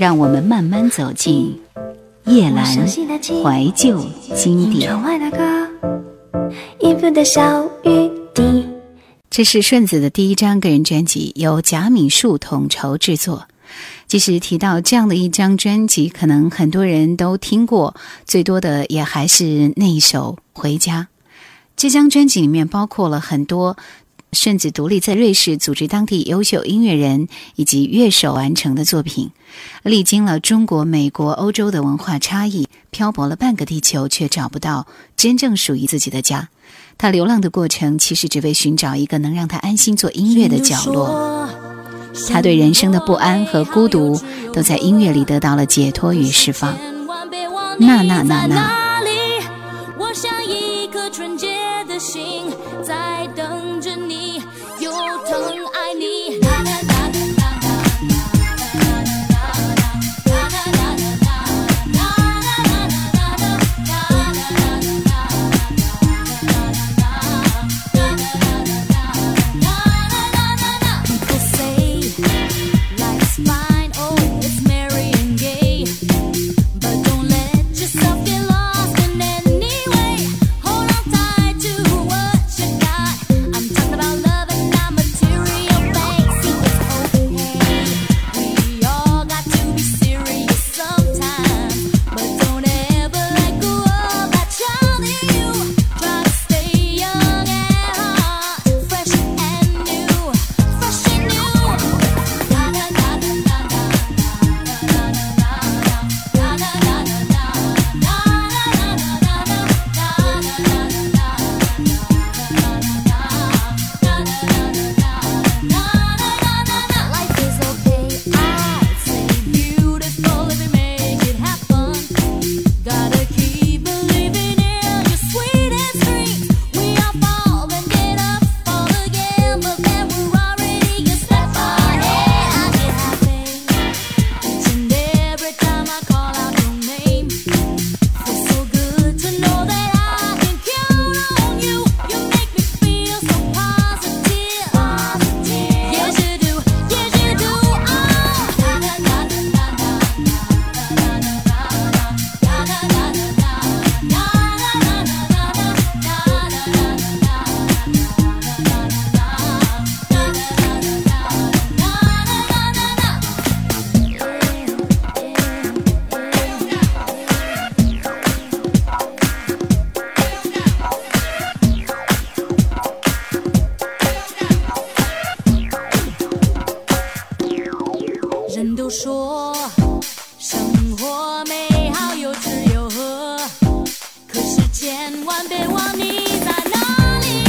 让我们慢慢走进夜阑怀旧经典。这是顺子的第一张个人专辑，由贾敏树统筹制作。即使提到这样的一张专辑，可能很多人都听过，最多的也还是那一首《回家》。这张专辑里面包括了很多顺子独立在瑞士组织当地优秀音乐人以及乐手完成的作品，历经了中国、美国、欧洲的文化差异，漂泊了半个地球，却找不到真正属于自己的家。他流浪的过程，其实只为寻找一个能让他安心做音乐的角落。他对人生的不安和孤独，都在音乐里得到了解脱与释放。那我像一颗纯洁的心，在等着你，又疼爱你。人都说生活美好有吃有喝，可是千万别忘你在哪里，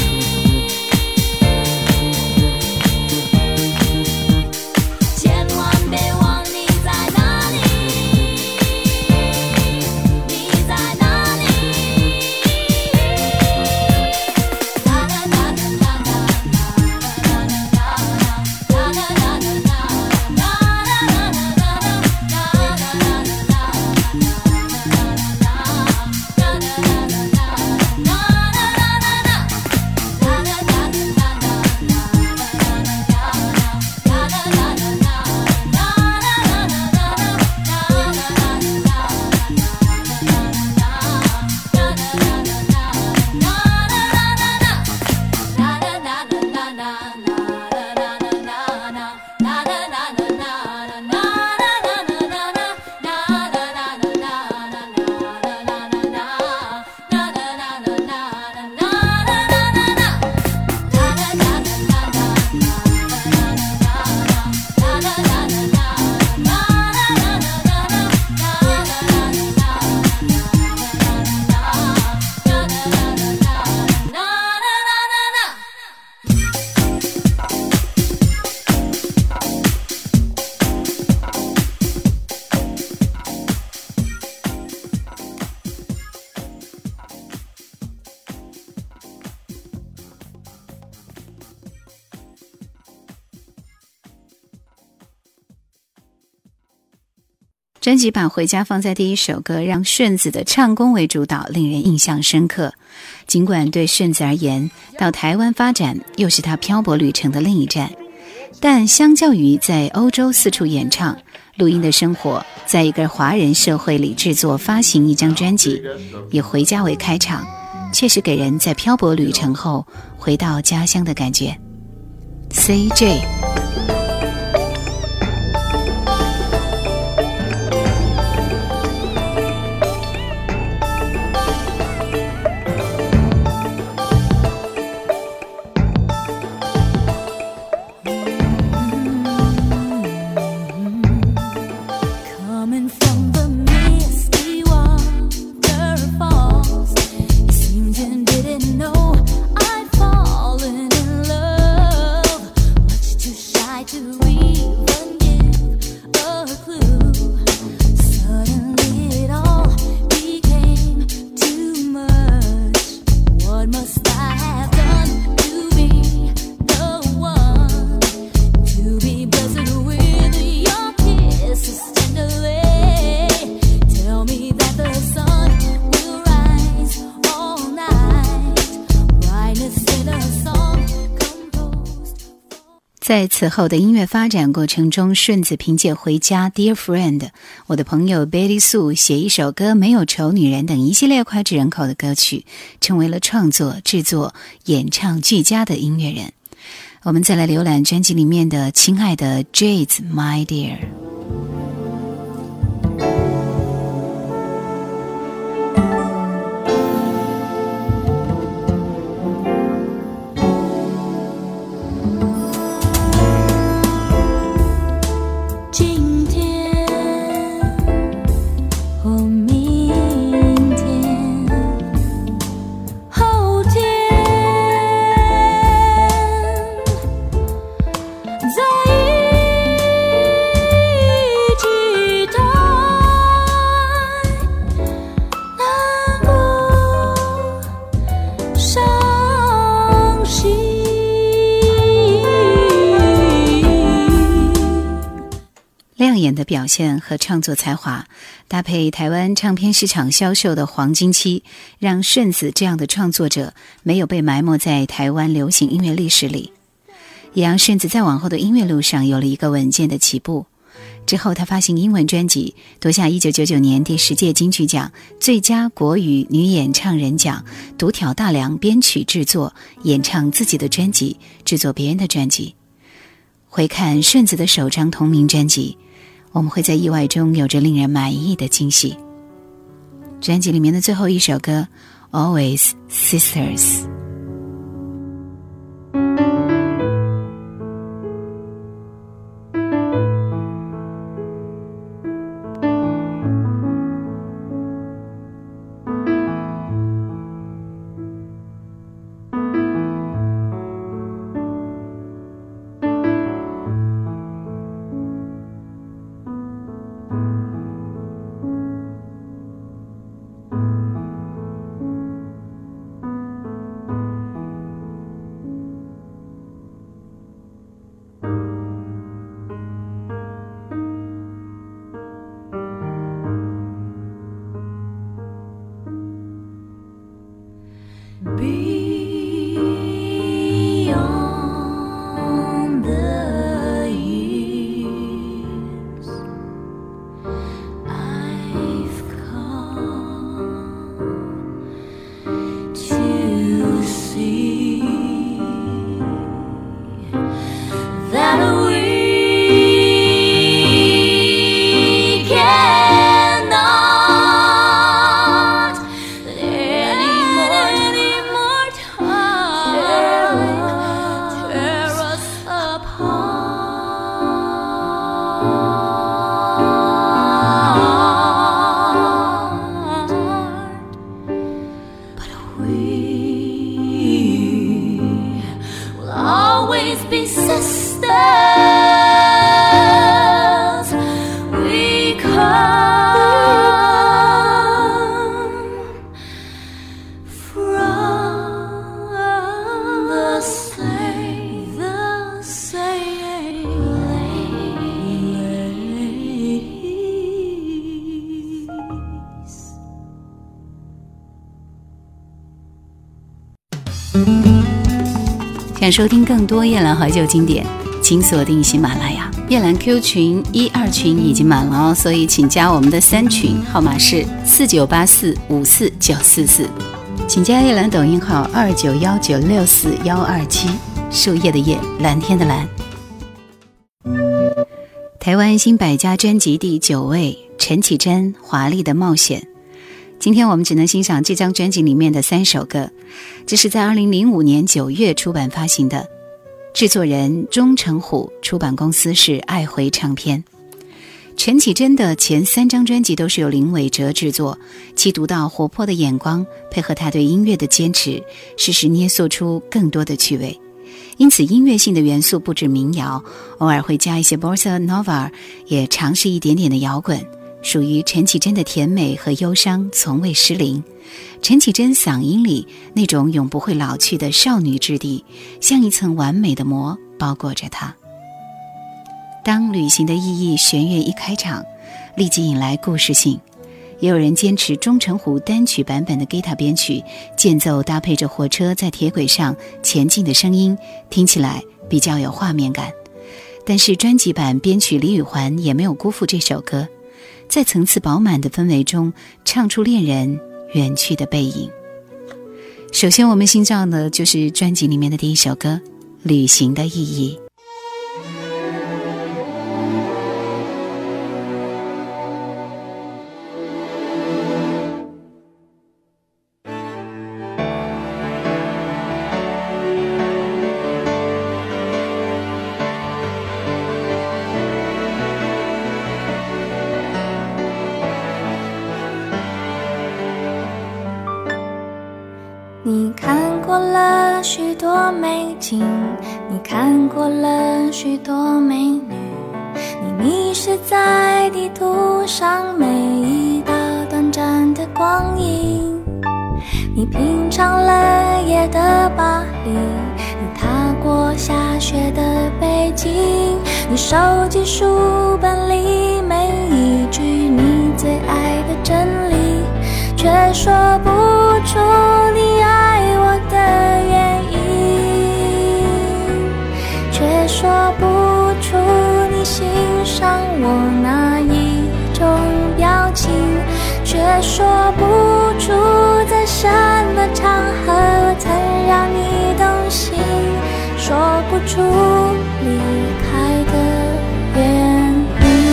千万别忘你在哪里，你在哪里。 专辑把《回家》放在第一首歌，让顺子的唱功为主导，令人印象深刻。尽管对顺子而言，到台湾发展又是他漂泊旅程的另一站， 但相较于在欧洲四处演唱，录音的生活在一个华人社会里制作发行一张专辑，以回家为开场，确实给人在漂泊旅程后回到家乡的感觉。 CJ在此后的音乐发展过程中，顺子凭借《回家》、Dear Friend、我的朋友 Betty Sue、写一首歌、没有丑女人等一系列脍炙人口的歌曲，成为了创作、制作、演唱俱佳的音乐人。我们再来浏览专辑里面的《亲爱的 Jade My Dear》。亮眼的表现和创作才华，搭配台湾唱片市场销售的黄金期，让顺子这样的创作者没有被埋没在台湾流行音乐历史里，也让顺子在往后的音乐路上有了一个稳健的起步。之后他发行英文专辑，夺下1999年第10届金曲奖最佳国语女演唱人奖，独挑大梁编曲制作，演唱自己的专辑，制作别人的专辑。回看顺子的首张同名专辑，我们会在意外中有着令人满意的惊喜。专辑里面的最后一首歌 Always Sisters。 Beyond the years, I've come to see that we cannot let any more time tear us apart. But we will always be sisters. We come from the same place. 想收听更多夜兰怀旧经典， 请锁定喜马拉雅。夜兰 Q 群1、2群已经满了哦，所以请加我们的3群，号码是4984-54944。请加夜兰抖音号2919641127，树叶的叶，蓝天的蓝。台湾新百家专辑第9位，陈绮贞《华丽的冒险》。今天我们只能欣赏这张专辑里面的3首歌，这是在2005年9月出版发行的，制作人钟成虎，出版公司是爱回唱片。陈绮贞的前3张专辑都是由林伟哲制作，其独到活泼的眼光配合他对音乐的坚持，适时捏塑出更多的趣味。因此音乐性的元素不止民谣，偶尔会加一些 bossa nova， 也尝试一点点的摇滚，属于陈绮贞的甜美和忧伤从未失灵。陈绮贞嗓音里那种永不会老去的少女质地，像一层完美的膜包裹着她。当旅行的意义弦乐一开场，立即引来故事性。也有人坚持钟成虎单曲版本的 Guitar 编曲，间奏搭配着火车在铁轨上前进的声音，听起来比较有画面感。但是专辑版编曲李宇环也没有辜负这首歌，在层次饱满的氛围中唱出恋人远去的背影。首先我们欣赏的就是专辑里面的第1首歌《旅行的意义》。 你看过了许多美景，你看过了许多美女，你迷失在地图上每一道短暂的光阴，你品尝了夜的巴黎，你踏过下雪的北京，你收集书本里每一句你最爱的真理，却说不出你爱我的原因，却说不出你欣赏我哪一种表情，却说不出在什么场合我曾让你动心，说不出离开的原因。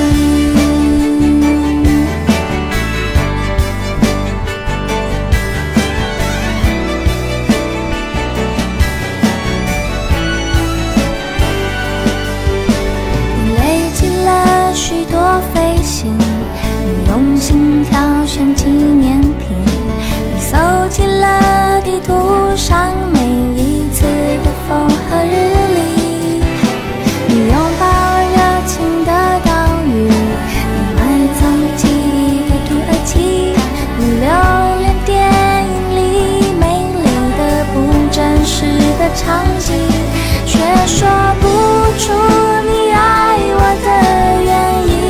用心挑选纪念品，你搜集了地图上每一次的风和日丽，你拥抱热情的岛屿，你埋藏记忆的土耳其，你留恋电影里美丽的不真实的场景，却说不出你爱我的原因，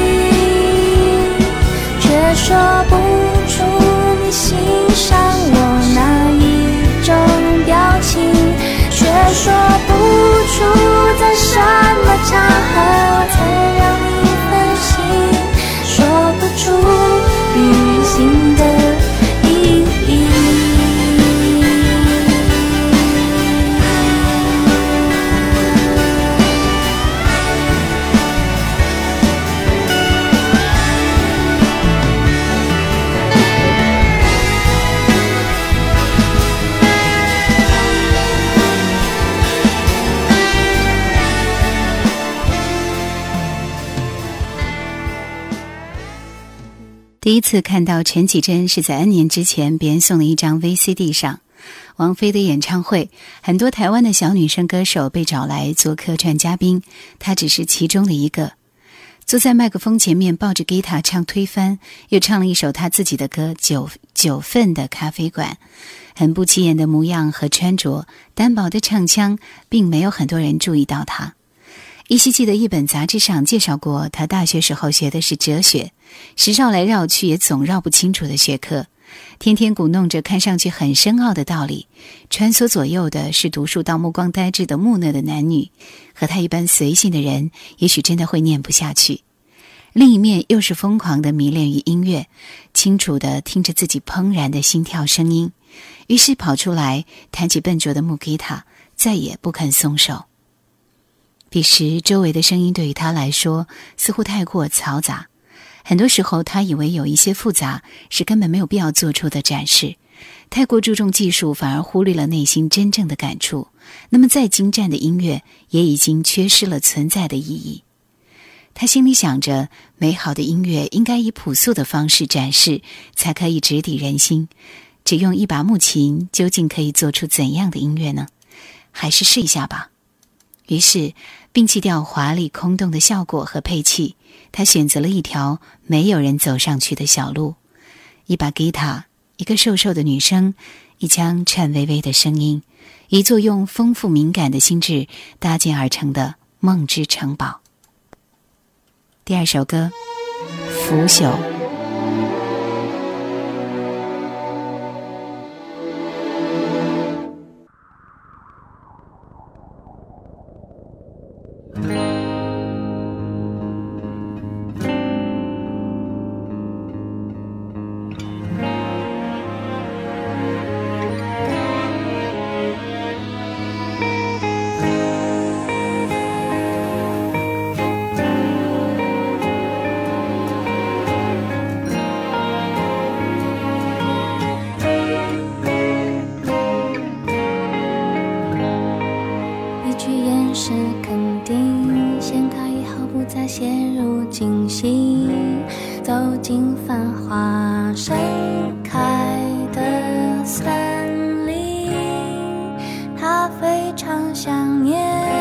说不出你欣赏我哪一种表情，却说不出在什么场合我曾让你分心，说不出旅行的意义。 第一次看到陈绮贞是在 N 年之前别人送的一张 VCD 上，王菲的演唱会，很多台湾的小女生歌手被找来做客串嘉宾，她只是其中的一个。坐在麦克风前面抱着吉他唱推翻，又唱了一首她自己的歌九份的咖啡馆，很不起眼的模样和穿着，单薄的唱腔，并没有很多人注意到她。依稀记得一本杂志上介绍过，他大学时候学的是哲学，是绕来绕去也总绕不清楚的学科。 天天鼓弄着看上去很深奥的道理，穿梭左右的是读书到目光呆滞的木讷的男女，和他一般随性的人也许真的会念不下去。另一面又是疯狂的迷恋于音乐，清楚地听着自己怦然的心跳声音，于是跑出来弹起笨拙的木吉他，再也不肯松手。彼时周围的声音对于他来说似乎太过嘈杂，很多时候他以为有一些复杂是根本没有必要做出的展示，太过注重技术反而忽略了内心真正的感触，那么再精湛的音乐也已经缺失了存在的意义。他心里想着，美好的音乐应该以朴素的方式展示，才可以直抵人心。只用一把木琴，究竟可以做出怎样的音乐呢？还是试一下吧。于是，摒弃掉华丽空洞的效果和配器，他选择了一条没有人走上去的小路，一把吉他，一个瘦瘦的女生，一腔颤巍巍的声音，一座用丰富敏感的心智搭建而成的梦之城堡。第二首歌，腐朽。 陷入惊喜，走进繁花盛开的森林，他非常想念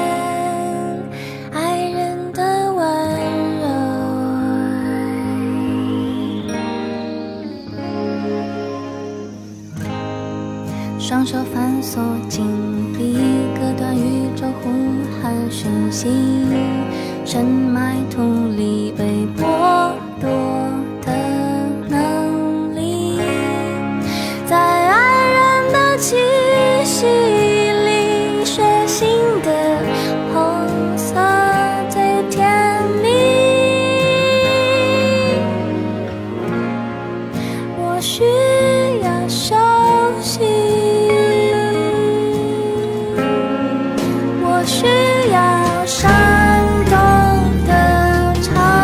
爱人的温柔，双手反锁紧闭，隔断宇宙呼喊讯息，深埋土里被剥夺的能力，在爱人的气息里，血腥的红色最甜蜜。我需要休息，我需要伤痛的长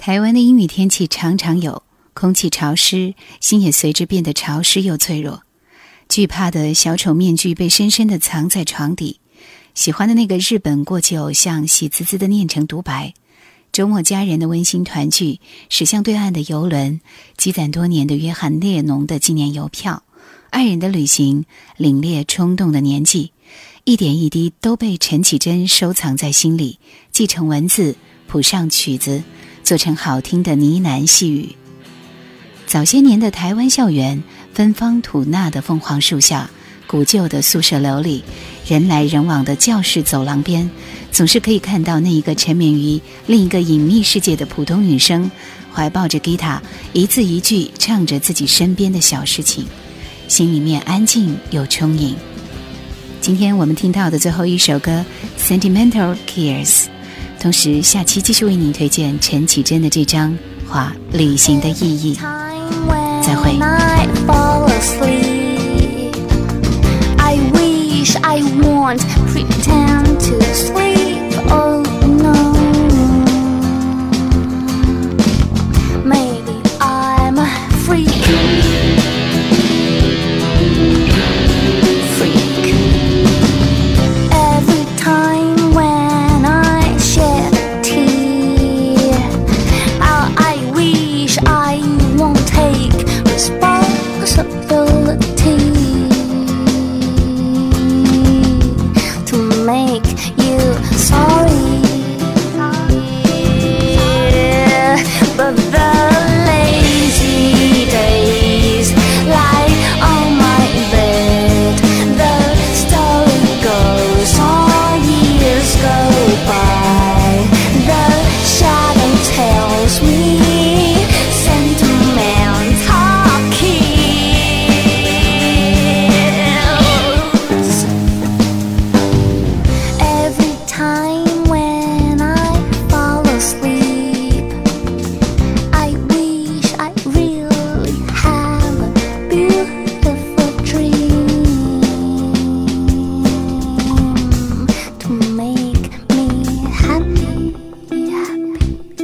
台湾的阴雨天气常常有，空气潮湿，心也随之变得潮湿又脆弱。惧怕的小丑面具被深深地藏在床底，喜欢的那个日本过气偶像喜滋滋地念成独白。周末家人的温馨团聚，驶向对岸的游轮，积攒多年的约翰列侬的纪念邮票，爱人的旅行，凛冽冲动的年纪，一点一滴都被陈绮贞收藏在心里，记成文字，谱上曲子，做成好听的呢喃细语。早些年的台湾校园，芬芳吐纳的凤凰树下，古旧的宿舍楼里，人来人往的教室走廊边，总是可以看到那一个沉湎于另一个隐秘世界的普通女生，怀抱着吉他，一字一句唱着自己身边的小事情，心里面安静又充盈。今天我们听到的最后一首歌 Sentimental Tears， 同时下期继续为您推荐陈绮贞的这张画旅行的意义。再会。 I wish I won't pretend to sleep. Oh no, maybe I'm a freak. Every time when I shed a tear, I wish I won't take responsibility to make you sorry. But the lazy days lie on my bed. The story goes on, years go by. The shadow tells me sentimental kills. Every time when I fall asleep, I wish I really have a beautiful dream to make me happy, happy.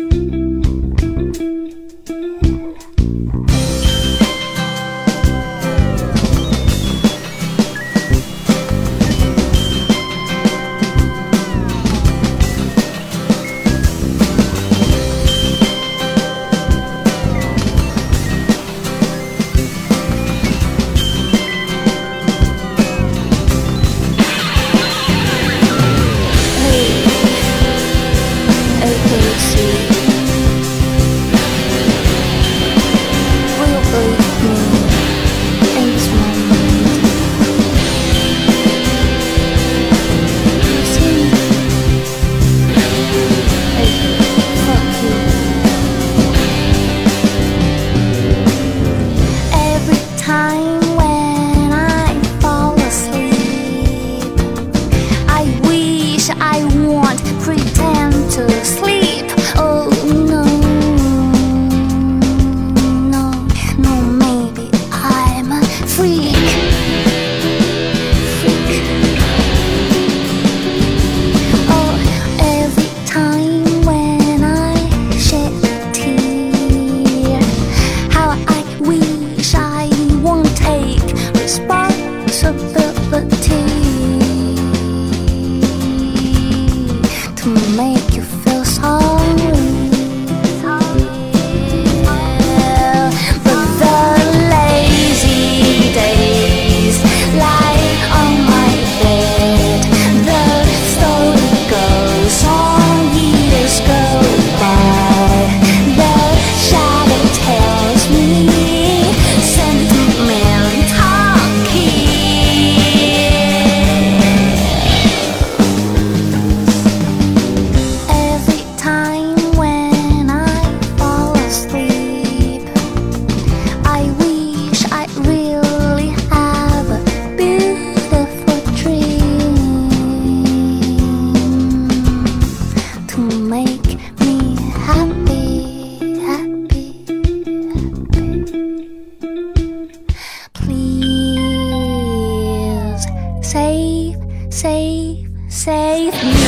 Every time when I fall asleep, I wish I won't pretend to sleep. Oh no, no, no, maybe I'm a freak. Oh, every time when I shed a tear, how I wish I won't take responsibility to make you feel sorry. But the lazy days lie on my bed. The story goes on, years go by. The shadow tells me sentimental kills. Every time when I fall asleep, I wish I really have a beautiful dream to make me happy, happy, happy. Please save, save, save me.